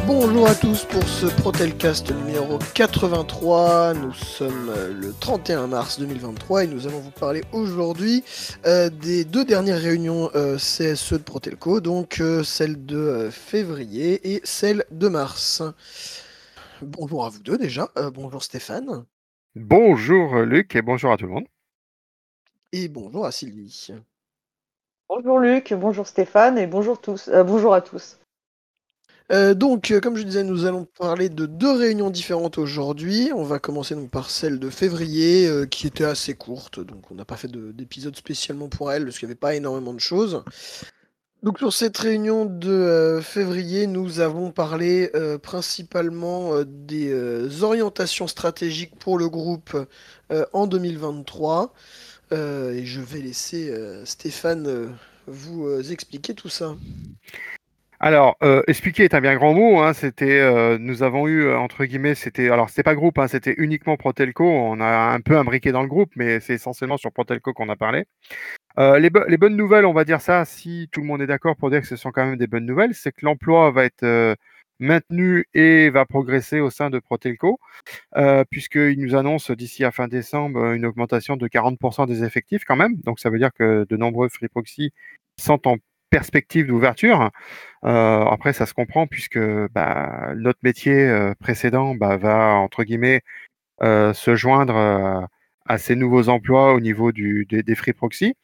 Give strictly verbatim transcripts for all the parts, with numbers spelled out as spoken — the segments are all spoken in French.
Bonjour à tous pour ce Protelcast numéro quatre-vingt-trois. Nous sommes le trente et un mars deux mille vingt-trois et nous allons vous parler aujourd'hui euh, des deux dernières réunions euh, C S E de Protelco, donc euh, celle de euh, février et celle de mars. Bonjour à vous deux déjà. Euh, bonjour Stéphane. Bonjour Luc et bonjour à tout le monde. Et bonjour à Sylvie. Bonjour Luc, bonjour Stéphane et bonjour tous. Euh, bonjour à tous. Euh, donc, euh, comme je disais, nous allons parler de deux réunions différentes aujourd'hui. On va commencer donc par celle de février, euh, qui était assez courte, donc on n'a pas fait de- d'épisode spécialement pour elle, parce qu'il n'y avait pas énormément de choses. Donc, sur cette réunion de euh, février, nous avons parlé euh, principalement euh, des euh, orientations stratégiques pour le groupe euh, en deux mille vingt-trois. Euh, et je vais laisser euh, Stéphane euh, vous euh, expliquer tout ça. Alors, euh, expliquer est un bien grand mot, hein. C'était, euh, nous avons eu euh, entre guillemets, c'était, alors c'était pas groupe, hein, c'était uniquement Protelco. On a un peu imbriqué dans le groupe, mais c'est essentiellement sur Protelco qu'on a parlé. Euh, les, bo- les bonnes nouvelles, on va dire ça, si tout le monde est d'accord pour dire que ce sont quand même des bonnes nouvelles, c'est que l'emploi va être euh, maintenu et va progresser au sein de Protelco, euh, puisqu'il nous annonce d'ici à fin décembre une augmentation de quarante pour cent des effectifs quand même. Donc ça veut dire que de nombreux free proxy sont en perspective d'ouverture. Euh, après, ça se comprend puisque bah, notre métier euh, précédent bah, va, entre guillemets, euh, se joindre euh, à ces nouveaux emplois au niveau du, des, des free proxy.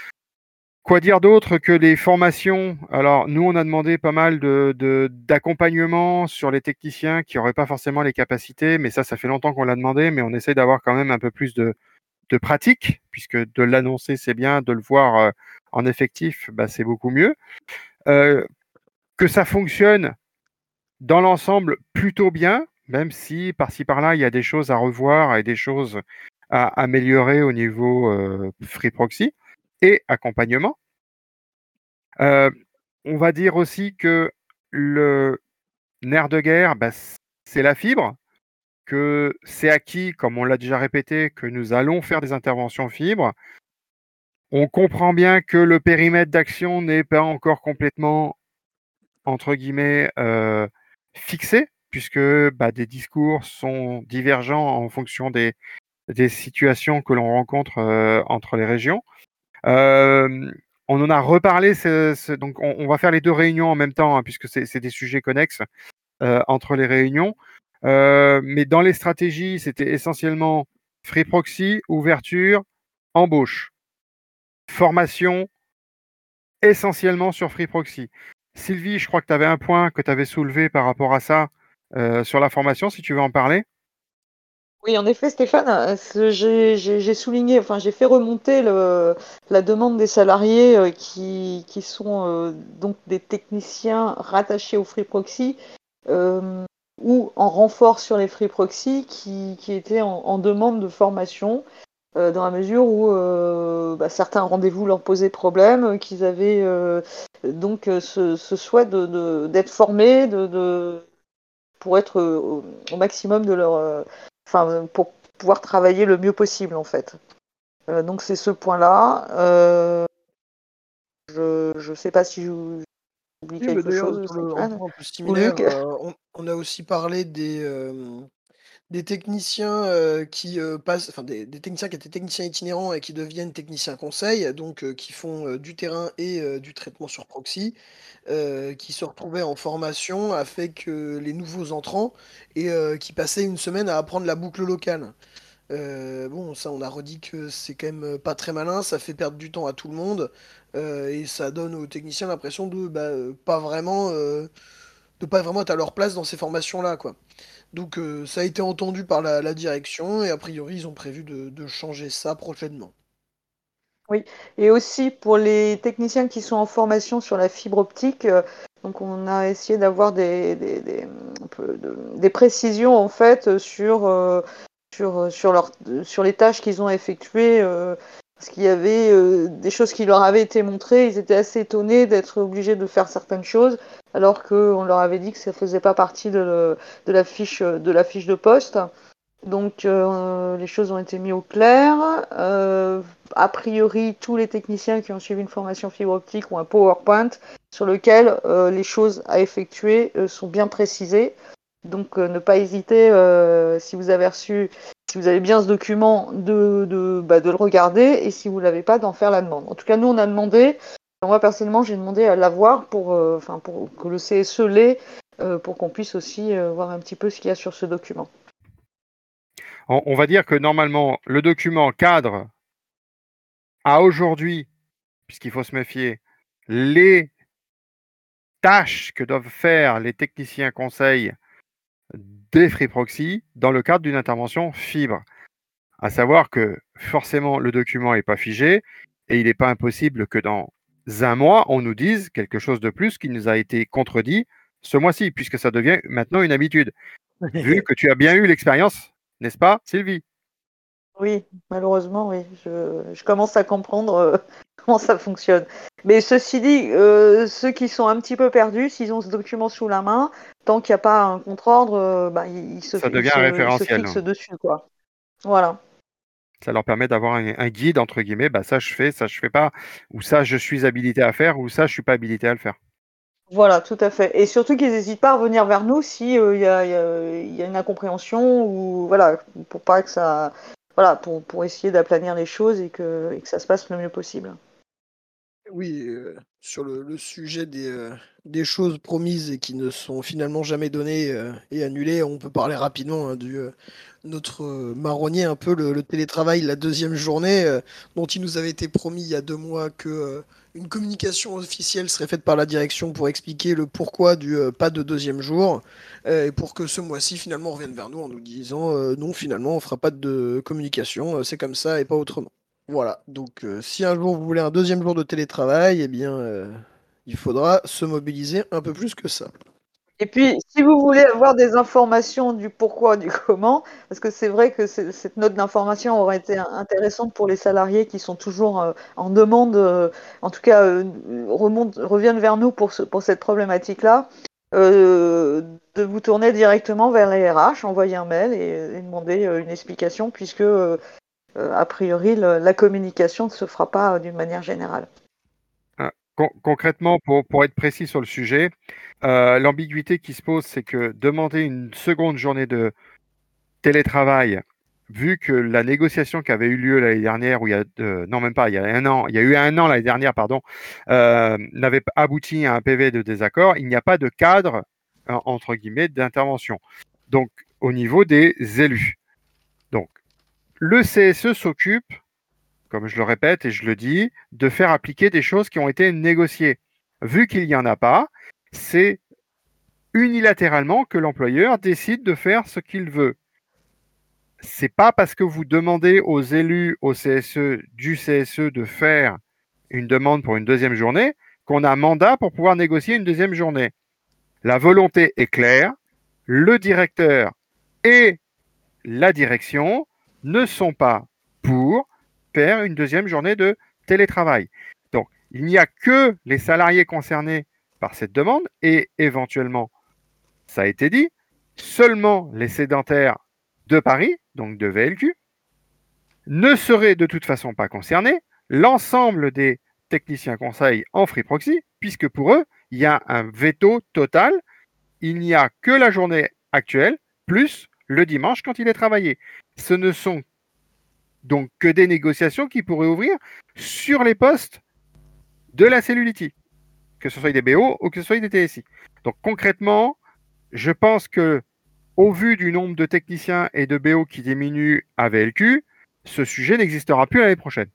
Quoi dire d'autre que les formations? Alors, nous, on a demandé pas mal de, de- d'accompagnement sur les techniciens qui n'auraient pas forcément les capacités, mais ça, ça fait longtemps qu'on l'a demandé, mais on essaie d'avoir quand même un peu plus de, de pratique, puisque de l'annoncer, c'est bien, de le voir euh, en effectif, bah, c'est beaucoup mieux. Euh, que ça fonctionne dans l'ensemble plutôt bien, même si par-ci par-là, il y a des choses à revoir et des choses à améliorer au niveau euh, free proxy et accompagnement. Euh, on va dire aussi que le nerf de guerre, bah, c'est la fibre, que c'est acquis, comme on l'a déjà répété, que nous allons faire des interventions fibre. On comprend bien que le périmètre d'action n'est pas encore complètement, entre guillemets, euh, fixé, puisque bah, des discours sont divergents en fonction des, des situations que l'on rencontre euh, entre les régions. Euh, on en a reparlé, c'est- c'est- donc on, on va faire les deux réunions en même temps, hein, puisque c'est c'est des sujets connexes euh, entre les réunions. Euh, mais dans les stratégies, c'était essentiellement free proxy, ouverture, embauche, formation, essentiellement sur free proxy. Sylvie, je crois que tu avais un point que tu avais soulevé par rapport à ça euh, sur la formation, si tu veux en parler. Oui, en effet, Stéphane, euh, ce- j'ai j'ai- j'ai souligné, enfin, j'ai fait remonter le, la demande des salariés euh, qui, qui sont euh, donc des techniciens rattachés au Free Proxy euh, ou en renfort sur les Free Proxy qui, qui étaient en, en demande de formation euh, dans la mesure où euh, bah, certains rendez-vous leur posaient problème, euh, qu'ils avaient euh, donc euh, ce, ce souhait de, de- d'être formés, de, de- pour être euh, au, au maximum de leur, euh, enfin pour pouvoir travailler le mieux possible en fait. Euh, donc c'est ce point-là. Euh, je ne sais pas si j'oublie Oui, bah quelque d'ailleurs, chose, sur le, un Stéphane point un peu ou similaire, Luc. euh, on, on a aussi parlé des, euh, des techniciens euh, qui euh, passent, enfin des, des techniciens qui étaient techniciens itinérants et qui deviennent techniciens conseils, donc euh, qui font euh, du terrain et euh, du traitement sur proxy, euh, qui se retrouvaient en formation avec euh, les nouveaux entrants et euh, qui passaient une semaine à apprendre la boucle locale. Euh, bon, ça, on a redit que c'est quand même euh, pas très malin, ça fait perdre du temps à tout le monde euh, et ça donne aux techniciens l'impression de bah, euh, pas vraiment, euh, de pas vraiment être à leur place dans ces formations-là, quoi. Donc, euh, ça a été entendu par la, la direction et a priori, ils ont prévu de, de changer ça prochainement. Oui, et aussi pour les techniciens qui sont en formation sur la fibre optique, euh, donc on a essayé d'avoir des, des, des, un peu de- des précisions en fait sur, euh, sur, sur, leur, sur les tâches qu'ils ont effectuées, euh, parce qu'il y avait euh, des choses qui leur avaient été montrées, ils étaient assez étonnés d'être obligés de faire certaines choses, alors qu'on leur avait dit que ça ne faisait pas partie de, le- de, la fiche, de la fiche de poste. Donc euh, les choses ont été mises au clair. Euh, a priori, tous les techniciens qui ont suivi une formation fibre optique ont un PowerPoint sur lequel euh, les choses à effectuer euh, sont bien précisées. Donc, euh, ne pas hésiter, euh, si vous avez reçu, si vous avez bien ce document, de, de, bah, de le regarder, et si vous ne l'avez pas, d'en faire la demande. En tout cas, nous, on a demandé, moi personnellement, j'ai demandé à l'avoir pour, euh, enfin, pour que le C S E l'ait, euh, pour qu'on puisse aussi euh, voir un petit peu ce qu'il y a sur ce document. On, on va dire que normalement, le document cadre à aujourd'hui, puisqu'il faut se méfier, les tâches que doivent faire les techniciens conseils des Free Proxy dans le cadre d'une intervention fibre. À savoir que forcément, le document n'est pas figé et il n'est pas impossible que dans un mois, on nous dise quelque chose de plus qui nous a été contredit ce mois-ci, puisque ça devient maintenant une habitude. Vu que tu as bien eu l'expérience, n'est-ce pas, Sylvie? Oui, malheureusement, oui. Je, je commence à comprendre euh, comment ça fonctionne. Mais ceci dit, euh, ceux qui sont un petit peu perdus, s'ils ont ce document sous la main, tant qu'il n'y a pas un contre-ordre, euh, bah, ils, ils se, Ça ils devient un se, ils se référentiel. fixent dessus, quoi. Voilà. Ça leur permet d'avoir un, un guide, entre guillemets, bah, ça je fais, ça je fais pas, ou ça je suis habilité à faire, ou ça je suis pas habilité à le faire. Voilà, tout à fait. Et surtout qu'ils n'hésitent pas à revenir vers nous si il euh, y, a, y, a, y a une incompréhension ou voilà, pour pas que ça, voilà, pour, pour essayer d'aplanir les choses et que, et que ça se passe le mieux possible. Oui, heu, sur le le sujet des, heu, des choses promises et qui ne sont finalement jamais données, heu, et annulées, on peut parler rapidement, hein, du, heu, notre, heu, marronnier un peu, le le télétravail, la deuxième journée, heu, dont il nous avait été promis il y a deux mois que, heu, une communication officielle serait faite par la direction pour expliquer le pourquoi du, heu, pas de deuxième jour, heu, et pour que ce mois-ci, finalement, on revienne vers nous en nous disant, heu: «Non, finalement, on fera pas de communication, heu, c'est comme ça et pas autrement». Voilà, donc heu, si un jour vous voulez un deuxième jour de télétravail, eh bien, heu, il faudra se mobiliser un peu plus que ça. Et puis, si vous voulez avoir des informations du pourquoi, du comment, parce que c'est vrai que c'est- cette note d'information aurait été intéressante pour les salariés qui sont toujours euh, en demande, euh, en tout cas, euh, remontent, reviennent vers nous pour, ce- pour cette problématique-là, euh, de vous tourner directement vers les R H, envoyer un mail et, et demander euh, une explication, puisque, euh, euh, a priori, le- la communication ne se fera pas euh, d'une manière générale. Ah, con- concrètement, pour, pour être précis sur le sujet, euh, l'ambiguïté qui se pose, c'est que demander une seconde journée de télétravail, vu que la négociation qui avait eu lieu l'année dernière, ou il y a, euh, non même pas, il y a un an, il y a eu un an l'année dernière, pardon, euh, n'avait pas abouti à un P V de désaccord, il n'y a pas de cadre, euh, entre guillemets, d'intervention. Donc, au niveau des élus. Donc, le C S E s'occupe, comme je le répète et je le dis, de faire appliquer des choses qui ont été négociées. Vu qu'il n'y en a pas, c'est unilatéralement que l'employeur décide de faire ce qu'il veut. C'est pas parce que vous demandez aux élus, au C S E, du C S E de faire une demande pour une deuxième journée qu'on a mandat pour pouvoir négocier une deuxième journée. La volonté est claire, le directeur et la direction ne sont pas pour faire une deuxième journée de télétravail. Donc, il n'y a que les salariés concernés par cette demande et éventuellement, ça a été dit, seulement les sédentaires de Paris, donc de V L Q, ne seraient de toute façon pas concernés. L'ensemble des techniciens conseils en free proxy, puisque pour eux, il y a un veto total. Il n'y a que la journée actuelle, plus le dimanche quand il est travaillé. Ce ne sont donc que des négociations qui pourraient ouvrir sur les postes de la Cellulity, que ce soit des B O ou que ce soit des T S I. Donc concrètement, je pense que au vu du nombre de techniciens et de B O qui diminue à V L Q, ce sujet n'existera plus l'année prochaine.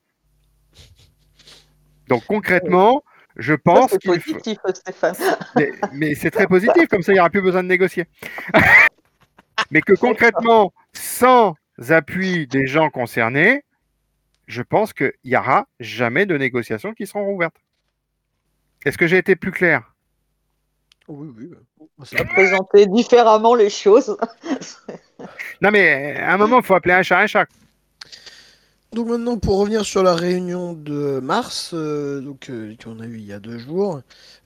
Donc concrètement, je Ça, pense c'est qu'il faut... positif, Stéphane. Mais, mais c'est très positif, comme ça il n'y aura plus besoin de négocier. Mais que concrètement, sans appui des gens concernés, je pense qu'il n'y aura jamais de négociations qui seront rouvertes. Est-ce que j'ai été plus clair? Oui, oui, bah, moi ça On va me va. présenter différemment les choses. Non, mais à un moment, il faut appeler un chat un chat. Donc maintenant, pour revenir sur la réunion de mars, heu, donc heu, qu'on a eue il y a deux jours,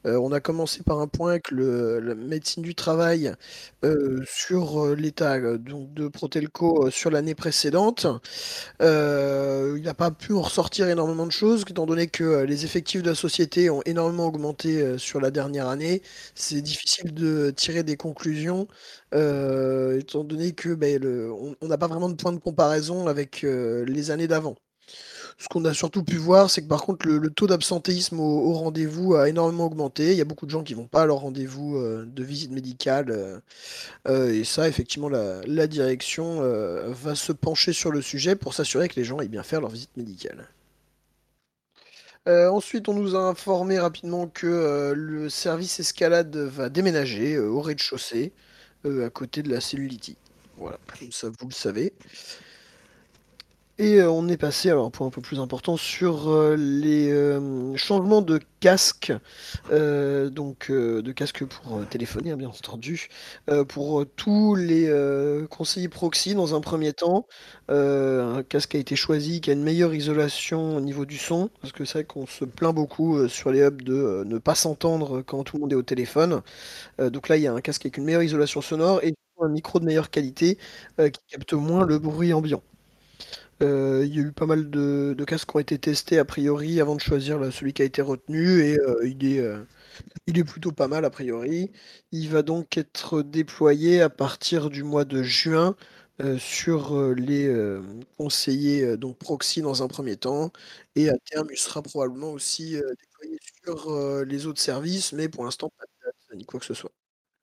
Heu, on a commencé par un point avec le la médecine du travail, heu, sur, heu, l'état, heu, donc de Protelco, heu, sur l'année précédente. Heu, il n'a pas pu en ressortir énormément de choses, étant donné que, heu, les effectifs de la société ont énormément augmenté, heu, sur la dernière année. C'est difficile de tirer des conclusions, heu, étant donné que, beh, le on on n'a pas vraiment de point de comparaison avec, heu, les années d'avant. Ce qu'on a surtout pu voir, c'est que par contre le le taux d'absentéisme au au rendez-vous a énormément augmenté. Il y a beaucoup de gens qui vont pas à leur rendez-vous, heu, de visite médicale, heu heu et ça effectivement la la direction, heu, va se pencher sur le sujet pour s'assurer que les gens aillent bien faire leur visite médicale. Heu, ensuite, on nous a informé rapidement que, heu, le service escalade va déménager, heu, au rez-de-chaussée, heu, à côté de la Cellulity. Voilà, comme ça vous le savez. Et heu, on est passé, alors un point un peu plus important, sur, heu, les, hem, changements de casque, heu, donc heu, de casque pour, heu, téléphoner, hein, bien entendu, heu, pour, heu, tous les, heu, conseillers proxy dans un premier temps. Heu, un casque a été choisi qui a une meilleure isolation au niveau du son, parce que c'est vrai qu'on se plaint beaucoup, heu, sur les hubs de, heu, ne pas s'entendre quand tout le monde est au téléphone. Heu, donc là, il y a un casque avec une meilleure isolation sonore et un micro de meilleure qualité, heu, qui capte moins le bruit ambiant. Heu, il y a eu pas mal de de casques qui ont été testés a priori avant de choisir le celui qui a été retenu et heu, il est, heu, il est plutôt pas mal a priori. Il va donc être déployé à partir du mois de juin, heu, sur, heu, les, hem, conseillers, heu, donc proxy dans un premier temps et à terme, il sera probablement aussi, heu, déployé sur, heu, les autres services, mais pour l'instant pas de date ni quoi que ce soit.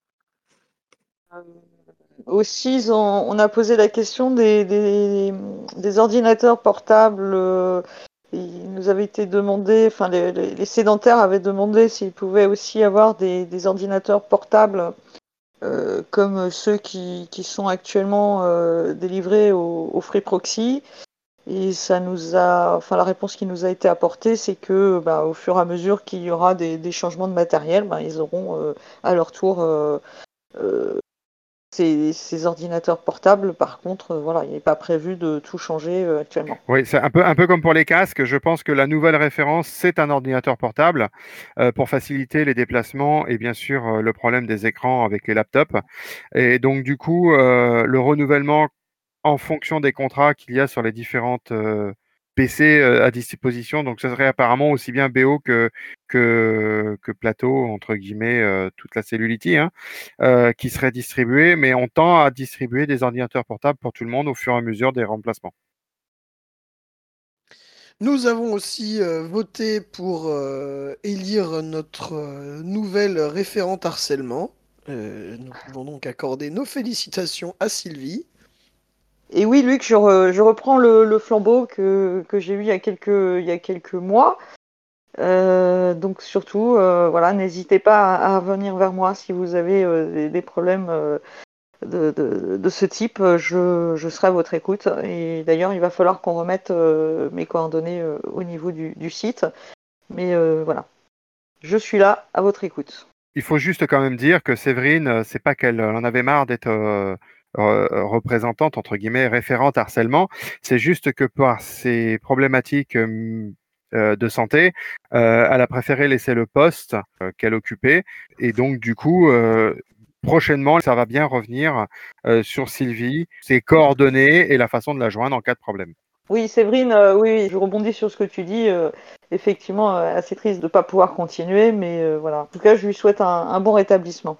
Aussi, ils ont- on a posé la question des, des, des ordinateurs portables. euh, il nous avait été demandé, enfin les, les- les sédentaires avaient demandé s'ils pouvaient aussi avoir des, des ordinateurs portables euh, comme ceux qui, qui sont actuellement euh, délivrés au, au Free Proxy. Et ça nous a, enfin la réponse qui nous a été apportée, c'est que bah, au fur et à mesure qu'il y aura des, des changements de matériel, bah, ils auront euh, à leur tour euh, euh, ces, ces ordinateurs portables. Par contre, euh, voilà, il n'est pas prévu de tout changer euh, actuellement. Oui, c'est un peu, un peu comme pour les casques. Je pense que la nouvelle référence, c'est un ordinateur portable euh, pour faciliter les déplacements et bien sûr euh, le problème des écrans avec les laptops. Et donc, du coup, euh, le renouvellement en fonction des contrats qu'il y a sur les différentes euh, P C euh, à disposition. Donc, ce serait apparemment aussi bien B O que, que, que Plateau, entre guillemets, euh, toute la Cellulity, hein, euh, qui serait distribué. Mais on tend à distribuer des ordinateurs portables pour tout le monde au fur et à mesure des remplacements. Nous avons aussi, heu, voté pour, heu, élire notre, heu, nouvelle référente harcèlement. Heu, nous pouvons donc accorder nos félicitations à Sylvie. Et oui, Luc, je, re- je reprends le, le flambeau que, que j'ai eu il y a quelques, il y a quelques mois. Euh, donc surtout, euh, voilà, n'hésitez pas à, à venir vers moi si vous avez euh, des, des problèmes euh, de, de, de ce type. Je, je serai à votre écoute. Et d'ailleurs, il va falloir qu'on remette euh, mes coordonnées euh, au niveau du, du site. Mais euh, voilà, je suis là à votre écoute. Il faut juste quand même dire que Séverine, euh, c'est pas qu'elle euh, en avait marre d'être euh, re- représentante, entre guillemets, référente harcèlement, c'est juste que par ses problématiques euh, euh, de santé, euh, elle a préféré laisser le poste euh, qu'elle occupait. Et donc, du coup, euh, prochainement, ça va bien revenir euh, sur Sylvie, ses coordonnées et la façon de la joindre en cas de problème. Oui, Séverine, euh, oui, oui, je rebondis sur ce que tu dis. euh, effectivement, euh, assez triste de ne pas pouvoir continuer, mais euh, voilà. En tout cas, je lui souhaite un, un bon rétablissement.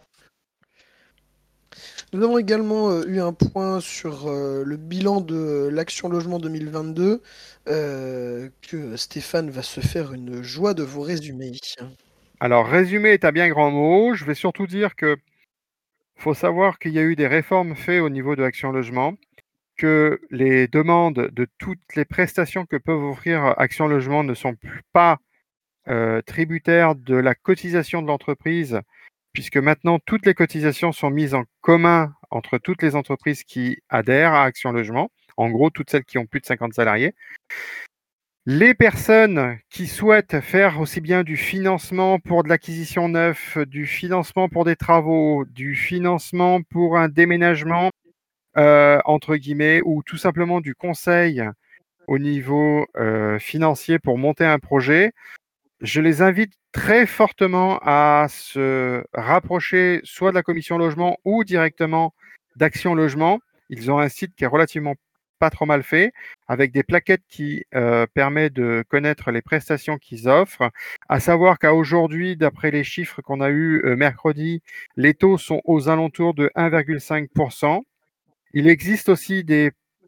Nous avons également, heu, eu un point sur, heu, le bilan de l'Action Logement deux mille vingt-deux, heu, que Stéphane va se faire une joie de vous résumer. Alors, résumé est un bien grand mot. Je vais surtout dire que faut savoir qu'il y a eu des réformes faites au niveau de Action Logement, que les demandes de toutes les prestations que peuvent offrir Action Logement ne sont plus pas euh, tributaires de la cotisation de l'entreprise, puisque maintenant toutes les cotisations sont mises en commun entre toutes les entreprises qui adhèrent à Action Logement, en gros toutes celles qui ont plus de cinquante salariés. Les personnes qui souhaitent faire aussi bien du financement pour de l'acquisition neuf, du financement pour des travaux, du financement pour un déménagement, euh, entre guillemets, ou tout simplement du conseil au niveau euh, financier pour monter un projet, je les invite très fortement à se rapprocher soit de la commission logement ou directement d'Action Logement. Ils ont un site qui est relativement pas trop mal fait, avec des plaquettes qui euh, permettent de connaître les prestations qu'ils offrent. À savoir qu'à aujourd'hui, d'après les chiffres qu'on a eus euh, mercredi, les taux sont aux alentours de un virgule cinq pour cent. Il existe aussi des,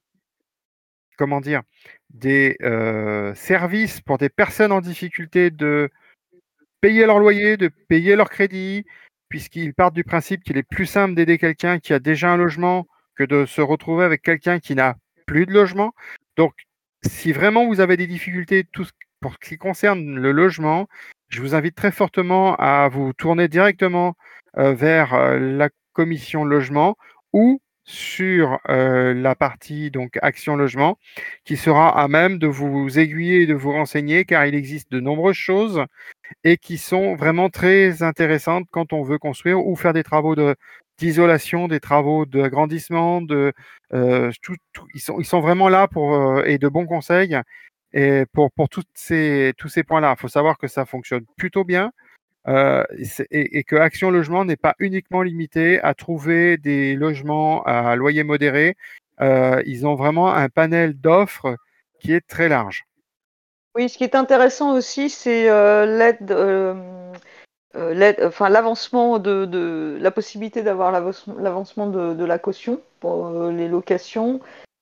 comment dire, des euh, services pour des personnes en difficulté de payer leur loyer, de payer leur crédit, puisqu'ils partent du principe qu'il est plus simple d'aider quelqu'un qui a déjà un logement que de se retrouver avec quelqu'un qui n'a plus de logement. Donc, si vraiment vous avez des difficultés tout ce, pour ce qui concerne le logement, je vous invite très fortement à vous tourner directement euh, vers euh, la commission logement ou sur euh, la partie donc Action Logement, qui sera à même de vous aiguiller et de vous renseigner, car il existe de nombreuses choses et qui sont vraiment très intéressantes quand on veut construire ou faire des travaux de d'isolation, des travaux d'agrandissement, de euh, tout, tout, ils sont ils sont vraiment là pour euh, et de bons conseils et pour pour toutes ces tous ces points-là. Il faut savoir que ça fonctionne plutôt bien. Euh, et, et que Action Logement n'est pas uniquement limité à trouver des logements à loyer modéré. Euh, ils ont vraiment un panel d'offres qui est très large. Oui, ce qui est intéressant aussi, c'est euh, l'aide, euh, euh, l'aide, enfin l'avancement de, de la possibilité d'avoir l'avancement l'avancement de, de la caution pour euh, les locations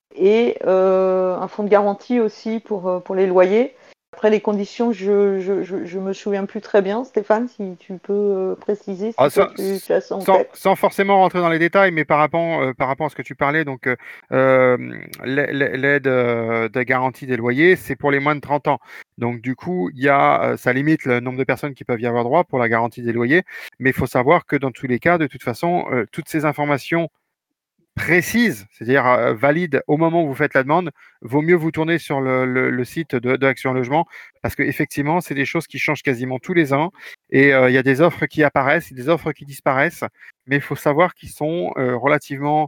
et euh, un fonds de garantie aussi pour, euh, pour les loyers. Après, les conditions, je je, je, je me souviens plus très bien. Stéphane, si tu peux euh, préciser, Ah, si toi ça, tu, tu as ça en sans, tête. sans forcément rentrer dans les détails, mais par rapport, euh, par rapport à ce que tu parlais, donc euh, euh, l'a- l'a- l'aide euh, de garantie des loyers, c'est pour les moins de trente ans. Donc du coup, il y a, euh, ça limite le nombre de personnes qui peuvent y avoir droit pour la garantie des loyers, mais il faut savoir que dans tous les cas, de toute façon, euh, toutes ces informations précise, c'est-à-dire euh, valide au moment où vous faites la demande, vaut mieux vous tourner sur le, le- le site de, de Action Logement parce qu'effectivement, c'est des choses qui changent quasiment tous les ans et euh, il y a des offres qui apparaissent et des offres qui disparaissent, mais il faut savoir qu'ils sont euh, relativement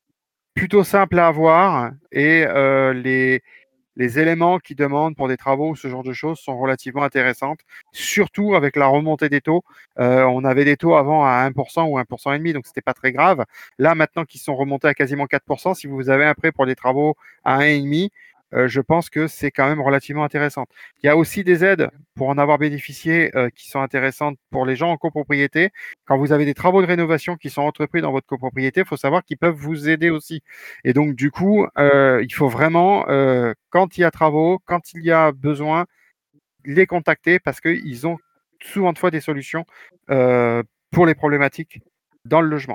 plutôt simples à avoir et euh, les, les éléments qui demandent pour des travaux ou ce genre de choses sont relativement intéressantes, surtout avec la remontée des taux. Euh, on avait des taux avant à un pour cent ou un pour cent et demi, donc c'était pas très grave. Là, maintenant qu'ils sont remontés à quasiment quatre pour cent, si vous avez un prêt pour des travaux à un virgule cinq, euh, je pense que c'est quand même relativement intéressant. Il y a aussi des aides pour en avoir bénéficié euh, qui sont intéressantes pour les gens en copropriété. Quand vous avez des travaux de rénovation qui sont entrepris dans votre copropriété, il faut savoir qu'ils peuvent vous aider aussi. Et donc, du coup, euh, il faut vraiment, euh, quand il y a travaux, quand il y a besoin, les contacter parce qu'ils ont souvent de fois des solutions euh, pour les problématiques dans le logement.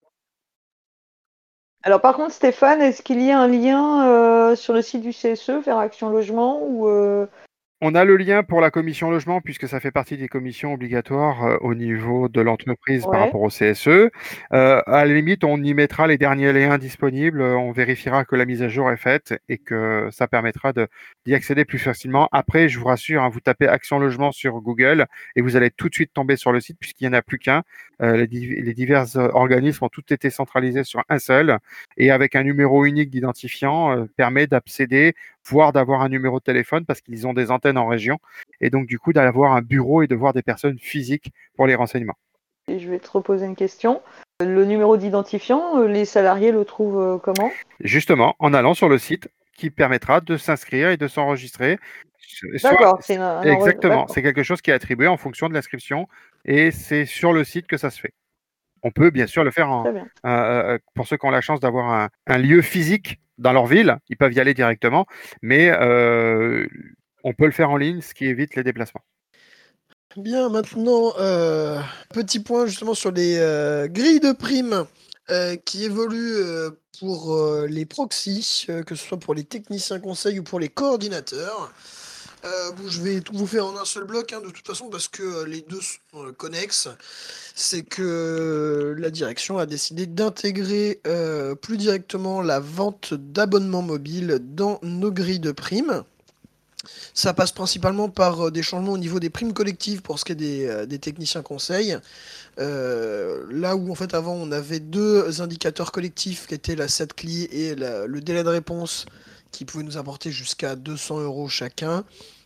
Alors par contre, Stéphane, est-ce qu'il y a un lien euh, sur le site du C S E vers Action Logement ou euh, On a le lien pour la commission logement puisque ça fait partie des commissions obligatoires euh, au niveau de l'entreprise par ouais. rapport au C S E. Euh, à la limite, on y mettra les derniers liens disponibles. On vérifiera que la mise à jour est faite et que ça permettra de, d'y accéder plus facilement. Après, je vous rassure, hein, vous tapez Action Logement sur Google et vous allez tout de suite tomber sur le site puisqu'il n'y en a plus qu'un. Euh, les, les divers euh, organismes ont tous été centralisés sur un seul et avec un numéro unique d'identifiant euh, permet d'accéder, voire d'avoir un numéro de téléphone parce qu'ils ont des antennes en région et donc du coup d'avoir un bureau et de voir des personnes physiques pour les renseignements. Et je vais te reposer une question. Le numéro d'identifiant, euh, les salariés le trouvent euh, comment? Justement, en allant sur le site qui permettra de s'inscrire et de s'enregistrer. Soit, D'accord, c'est un, un enre- exactement, c'est d'accord, quelque chose qui est attribué en fonction de l'inscription et c'est sur le site que ça se fait. On peut bien sûr le faire en, très bien. euh, pour ceux qui ont la chance d'avoir un, un lieu physique dans leur ville, ils peuvent y aller directement, mais euh, on peut le faire en ligne, ce qui évite les déplacements. Bien, maintenant, euh, petit point justement sur les euh, grilles de primes euh, qui évoluent euh, pour euh, les proxys, euh, que ce soit pour les techniciens conseils ou pour les coordinateurs. Euh, bon, je vais tout vous faire en un seul bloc, hein, de toute façon, parce que euh, les deux sont euh, connexes. C'est que euh, la direction a décidé d'intégrer euh, plus directement la vente d'abonnements mobiles dans nos grilles de primes. Ça passe principalement par euh, des changements au niveau des primes collectives pour ce qui est des, euh, des techniciens conseils. Euh, là où en fait avant on avait deux indicateurs collectifs qui étaient la S A T C L I et la- le délai de réponse qui pouvaient nous apporter jusqu'à deux cents euros chacun.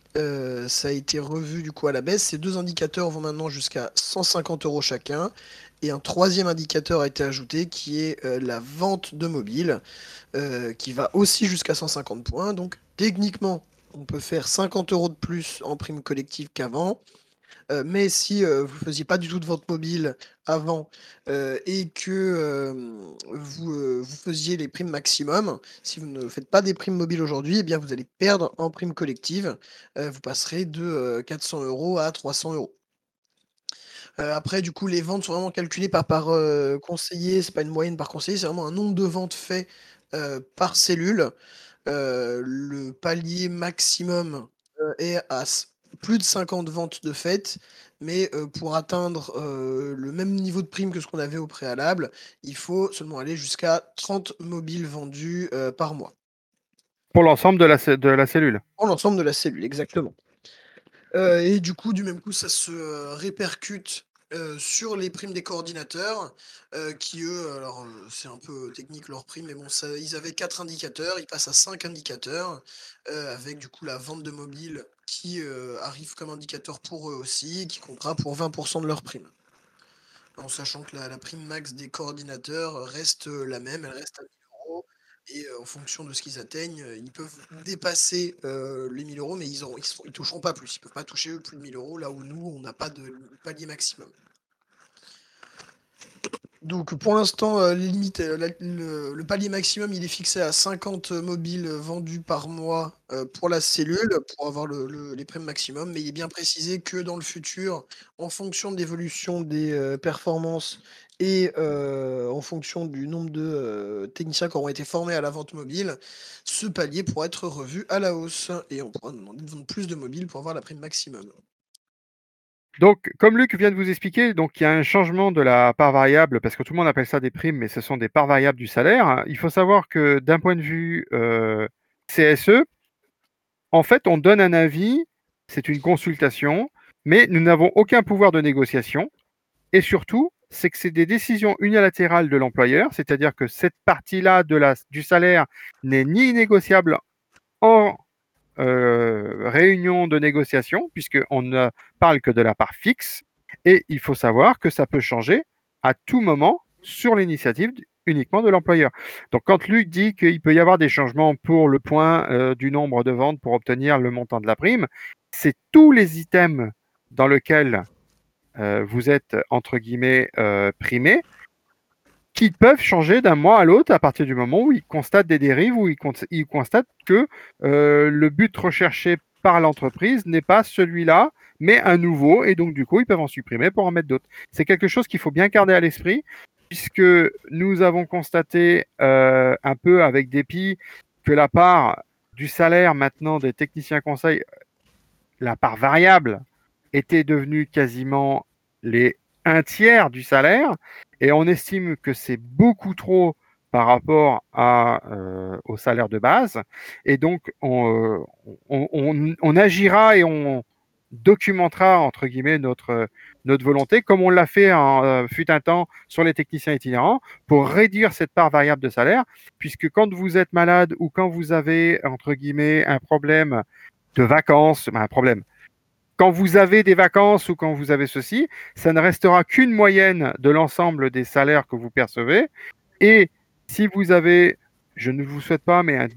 euh, ça a été revu du coup à la baisse. Ces deux indicateurs vont maintenant jusqu'à cent cinquante euros chacun. Et un troisième indicateur a été ajouté qui est euh, la vente de mobile, euh, qui va aussi jusqu'à cent cinquante points. Donc techniquement, on peut faire cinquante euros de plus en prime collective qu'avant. Euh, mais si euh, vous ne faisiez pas du tout de vente mobile avant euh, et que euh, vous, euh, vous faisiez les primes maximum, si vous ne faites pas des primes mobiles aujourd'hui, eh bien vous allez perdre en prime collective. Euh, vous passerez de euh, quatre cents euros à trois cents euros. Euh, après, du coup, les ventes sont vraiment calculées par, par euh, conseiller. C'est pas une moyenne par conseiller, c'est vraiment un nombre de ventes fait euh, par cellule. Euh, le palier maximum euh, est à s- plus de cinquante ventes de fait, mais euh, pour atteindre euh, le même niveau de prime que ce qu'on avait au préalable, il faut seulement aller jusqu'à trente mobiles vendus euh, par mois. Pour l'ensemble de la, ce- de la cellule. En l'ensemble de la cellule, exactement. Euh, et du coup, du même coup, ça se euh, répercute euh, sur les primes des coordinateurs, euh, qui eux, alors euh, c'est un peu technique leur prime, mais bon, ça, ils avaient quatre indicateurs, ils passent à cinq indicateurs, euh, avec du coup la vente de mobile qui euh, arrive comme indicateur pour eux aussi, qui comptera pour vingt pour cent de leur prime. En sachant que la, la prime max des coordinateurs reste euh, la même, elle reste à mille euros. Et euh, en fonction de ce qu'ils atteignent, euh, ils peuvent dépasser euh, les mille euros, mais ils ne ils toucheront pas plus. Ils ne peuvent pas toucher eux, plus de mille euros, là où nous, on n'a pas de palier maximum. Donc pour l'instant, euh, les limites, euh, la- le, le palier maximum, il est fixé à cinquante mobiles vendus par mois euh, pour la cellule, pour avoir le- le- les primes maximum. Mais il est bien précisé que dans le futur, en fonction de l'évolution des euh, performances et euh, en fonction du nombre de euh, techniciens qui auront été formés à la vente mobile, ce palier pourra être revu à la hausse. Et on pourra demander de vendre plus de mobiles pour avoir la prime maximum. Donc, comme Luc vient de vous expliquer, donc il y a un changement de la part variable, parce que tout le monde appelle ça des primes, mais ce sont des parts variables du salaire. Il faut savoir que d'un point de vue euh, C S E, en fait, on donne un avis, c'est une consultation, mais nous n'avons aucun pouvoir de négociation. Et surtout, c'est que c'est des décisions unilatérales de l'employeur, c'est-à-dire que cette partie-là de la, du salaire n'est ni négociable en euh, réunion de négociation, puisqu'on ne parle que de la part fixe, et il faut savoir que ça peut changer à tout moment sur l'initiative uniquement de l'employeur. Donc quand Luc dit qu'il peut y avoir des changements pour le point euh, du nombre de ventes pour obtenir le montant de la prime, c'est tous les items dans lesquels euh, vous êtes, entre guillemets, euh, primé, qui peuvent changer d'un mois à l'autre à partir du moment où ils constatent des dérives, où ils, con ils constatent que euh, le but recherché par l'entreprise n'est pas celui-là, mais un nouveau, et donc du coup, ils peuvent en supprimer pour en mettre d'autres. C'est quelque chose qu'il faut bien garder à l'esprit, puisque nous avons constaté euh, un peu avec dépit que la part du salaire maintenant des techniciens conseils, la part variable, était devenue quasiment les un tiers du salaire, et on estime que c'est beaucoup trop par rapport à, euh, au salaire de base, et donc on, on, on, on agira et on documentera entre guillemets notre, notre volonté, comme on l'a fait en euh, fut un temps sur les techniciens itinérants, pour réduire cette part variable de salaire, puisque quand vous êtes malade ou quand vous avez entre guillemets un problème de vacances, ben un problème, quand vous avez des vacances ou quand vous avez ceci, ça ne restera qu'une moyenne de l'ensemble des salaires que vous percevez. Et si vous avez, je ne vous souhaite pas, mais un,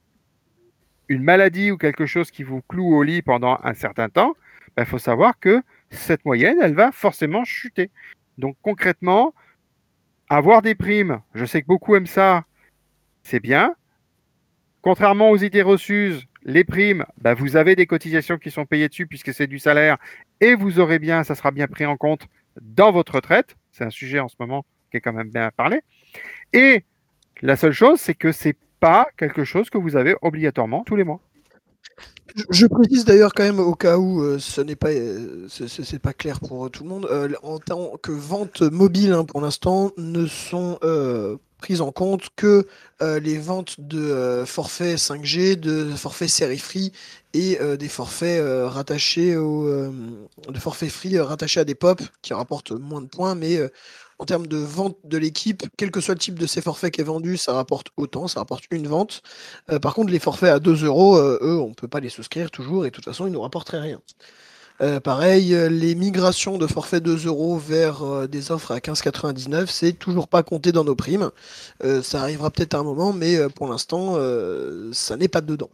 une maladie ou quelque chose qui vous cloue au lit pendant un certain temps, il ben, faut savoir que cette moyenne, elle va forcément chuter. Donc concrètement, avoir des primes, je sais que beaucoup aiment ça, c'est bien. Contrairement aux idées reçues, les primes, bah, vous avez des cotisations qui sont payées dessus puisque c'est du salaire et vous aurez bien, ça sera bien pris en compte dans votre retraite. C'est un sujet en ce moment qui est quand même bien à parler. Et la seule chose, c'est que c'est pas quelque chose que vous avez obligatoirement tous les mois. Je, je précise d'ailleurs quand même au cas où euh, ce n'est pas, euh, c'est c'est- c'est pas clair pour euh, tout le monde, euh, en tant que vente mobile hein, pour l'instant ne sont euh, prises en compte que euh, les ventes de euh, forfaits cinq G, de forfaits série free et euh, des forfaits euh, rattachés au, euh, de forfaits free euh, rattachés à des pop qui rapportent moins de points, mais euh, en termes de vente de l'équipe, quel que soit le type de ces forfaits qui est vendu, ça rapporte autant, ça rapporte une vente. Euh, par contre, les forfaits à deux euros, euh, eux, on ne peut pas les souscrire toujours et de toute façon, ils ne nous rapporteraient rien. Euh, pareil, euh, les migrations de forfait deux euros vers euh, des offres à quinze quatre-vingt-dix-neuf, c'est toujours pas compté dans nos primes. Euh, ça arrivera peut-être à un moment, mais euh, pour l'instant, euh, ça n'est pas dedans.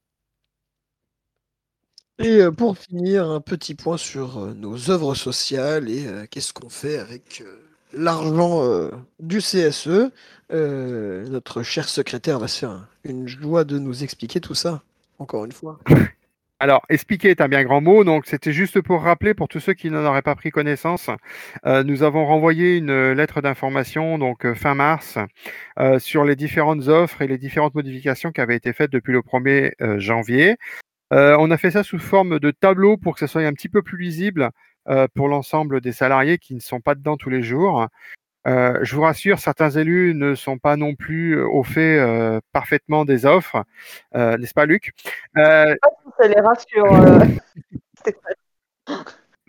Et euh, pour finir, un petit point sur euh, nos œuvres sociales et euh, qu'est-ce qu'on fait avec euh, l'argent euh, du C S E. Euh, notre cher secrétaire va se faire un- une joie de nous expliquer tout ça, encore une fois. Alors, expliquer est un bien grand mot, donc c'était juste pour rappeler, pour tous ceux qui n'en auraient pas pris connaissance, euh, nous avons renvoyé une lettre d'information, donc euh, fin mars, euh, sur les différentes offres et les différentes modifications qui avaient été faites depuis le premier euh, janvier. Euh, on a fait ça sous forme de tableau pour que ce soit un petit peu plus lisible euh, pour l'ensemble des salariés qui ne sont pas dedans tous les jours. Euh, je vous rassure, certains élus ne sont pas non plus euh, au fait euh, parfaitement des offres, euh, n'est-ce pas, Luc? Euh, Ça les rassure. euh, Stéphane.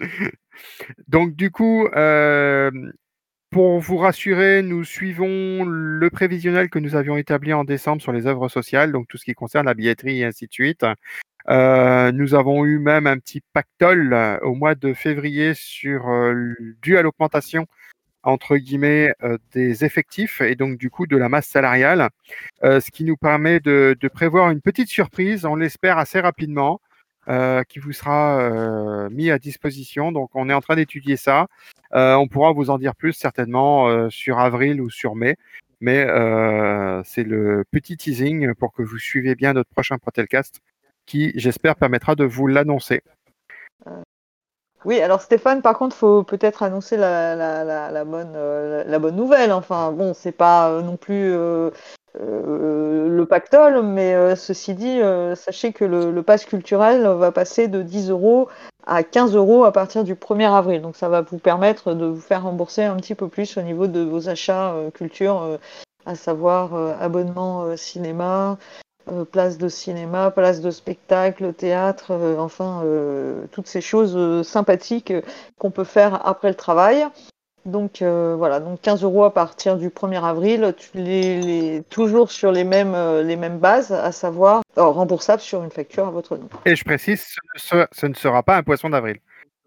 donc du coup, euh, pour vous rassurer, nous suivons le prévisionnel que nous avions établi en décembre sur les œuvres sociales, donc tout ce qui concerne la billetterie et ainsi de suite. Euh, nous avons eu même un petit pactole euh, au mois de février sur euh, dû à l'augmentation entre guillemets euh, des effectifs et donc du coup de la masse salariale, euh, ce qui nous permet de, de prévoir une petite surprise, on l'espère assez rapidement, euh, qui vous sera euh, mis à disposition. Donc on est en train d'étudier ça. Euh, on pourra vous en dire plus certainement euh, sur avril ou sur mai. Mais euh, c'est le petit teasing pour que vous suivez bien notre prochain Protelcast qui, j'espère, permettra de vous l'annoncer. Oui, alors Stéphane, par contre, faut peut-être annoncer la, la, la, la bonne, euh, la bonne nouvelle. Enfin, bon, c'est pas euh, non plus euh, euh, le pactole, mais euh, ceci dit, euh, sachez que le, le pass culturel va passer de dix euros à quinze euros à partir du premier avril. Donc, ça va vous permettre de vous faire rembourser un petit peu plus au niveau de vos achats euh, culture, euh, à savoir euh, abonnement euh, cinéma, Euh, place de cinéma, place de spectacle, théâtre, euh, enfin euh, toutes ces choses euh, sympathiques euh, qu'on peut faire après le travail. Donc euh, voilà, donc quinze euros à partir du premier avril, tu- les, les- toujours sur les mêmes, euh, les mêmes bases, à savoir euh, remboursable sur une facture à votre nom. Et je précise, ce ne sera, ce ne sera pas un poisson d'avril.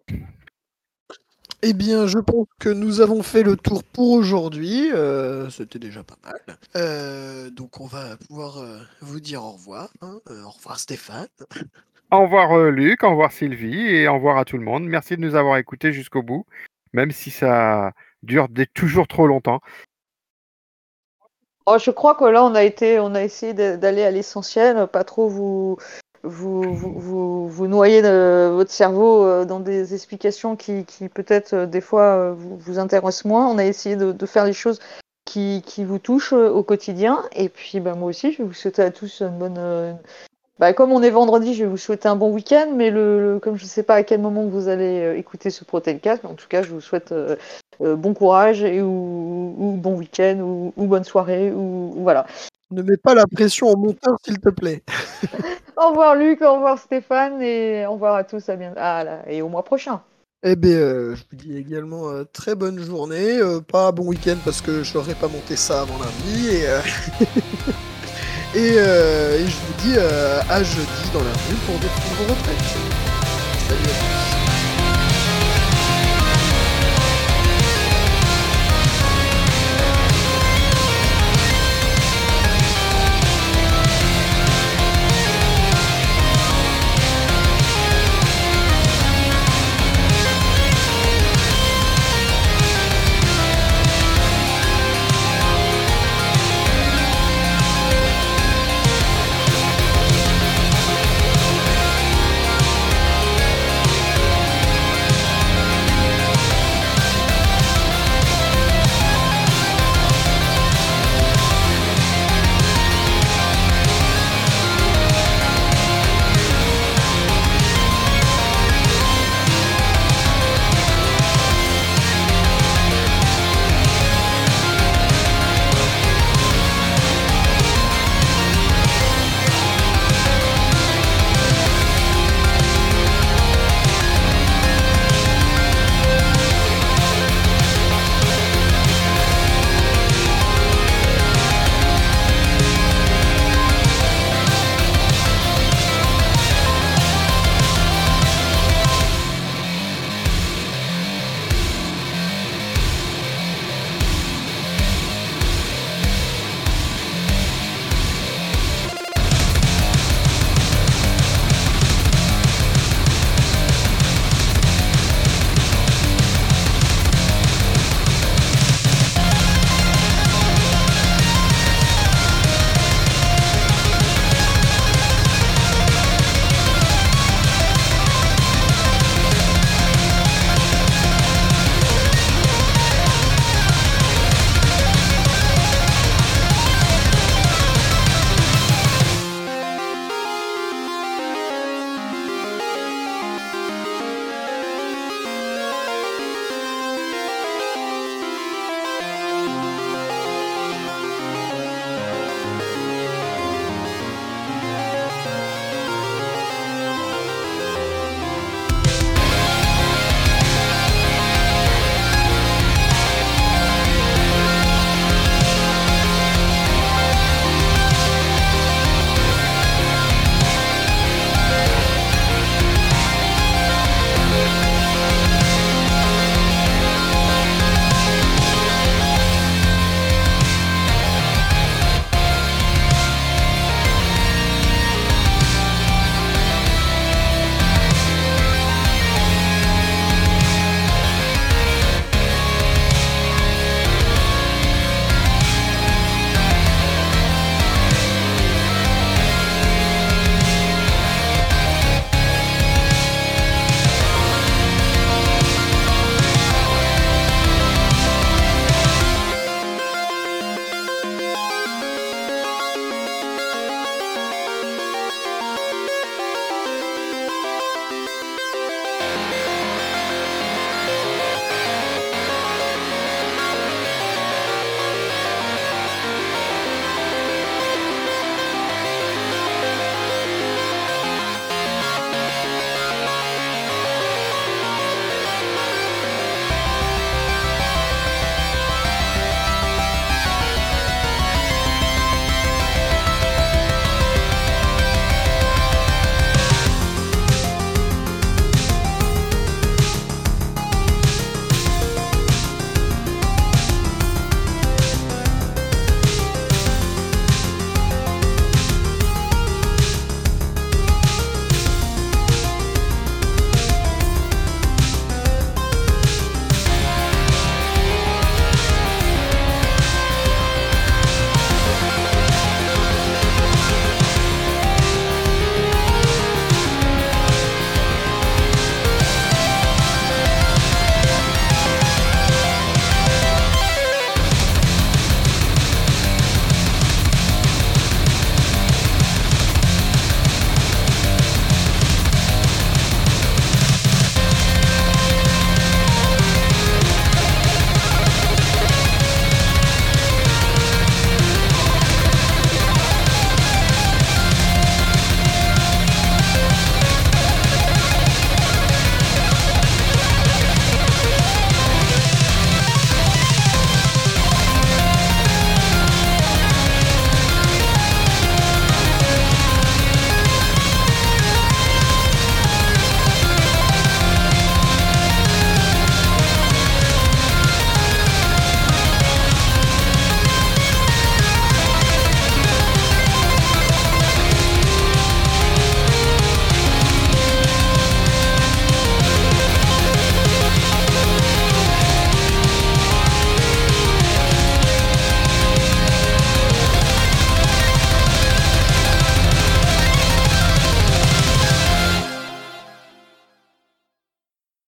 Eh bien, je pense que nous avons fait le tour pour aujourd'hui. Euh, c'était déjà pas mal. Euh, donc, on va pouvoir euh, vous dire au revoir. Hein. Euh, au revoir, Stéphane. Au revoir euh, Luc, au revoir Sylvie et au revoir à tout le monde. Merci de nous avoir écoutés jusqu'au bout, même si ça dure des- toujours trop longtemps. Oh, je crois que là, on a été, on a essayé de- d'aller à l'essentiel, pas trop vous, vous, vous, vous, vous noyer de votre cerveau euh, dans des explications qui, qui peut-être euh, des fois euh, vous, vous intéressent moins. On a essayé de, de faire les choses qui, qui vous touchent euh, au quotidien. Et puis, bah, moi aussi, je vais vous souhaiter à tous une bonne. euh, Bah, comme on est vendredi, je vais vous souhaiter un bon week-end. Mais le, le- comme je ne sais pas à quel moment vous allez euh, écouter ce Protelcast, en tout cas, je vous souhaite euh, euh, bon courage et, ou, ou bon week-end ou, ou bonne soirée ou, ou voilà. Ne mets pas la pression au monteur, s'il te plaît. Au revoir Luc, au revoir Stéphane et au revoir à tous à bien... ah, là, et au mois prochain. Eh bien, euh, je vous dis également euh, très bonne journée. Euh, pas bon week-end parce que je n'aurais pas monté ça avant lundi. Et, euh, et, euh, et je vous dis euh, à jeudi dans la rue pour défendre vos retraites. Salut à tous.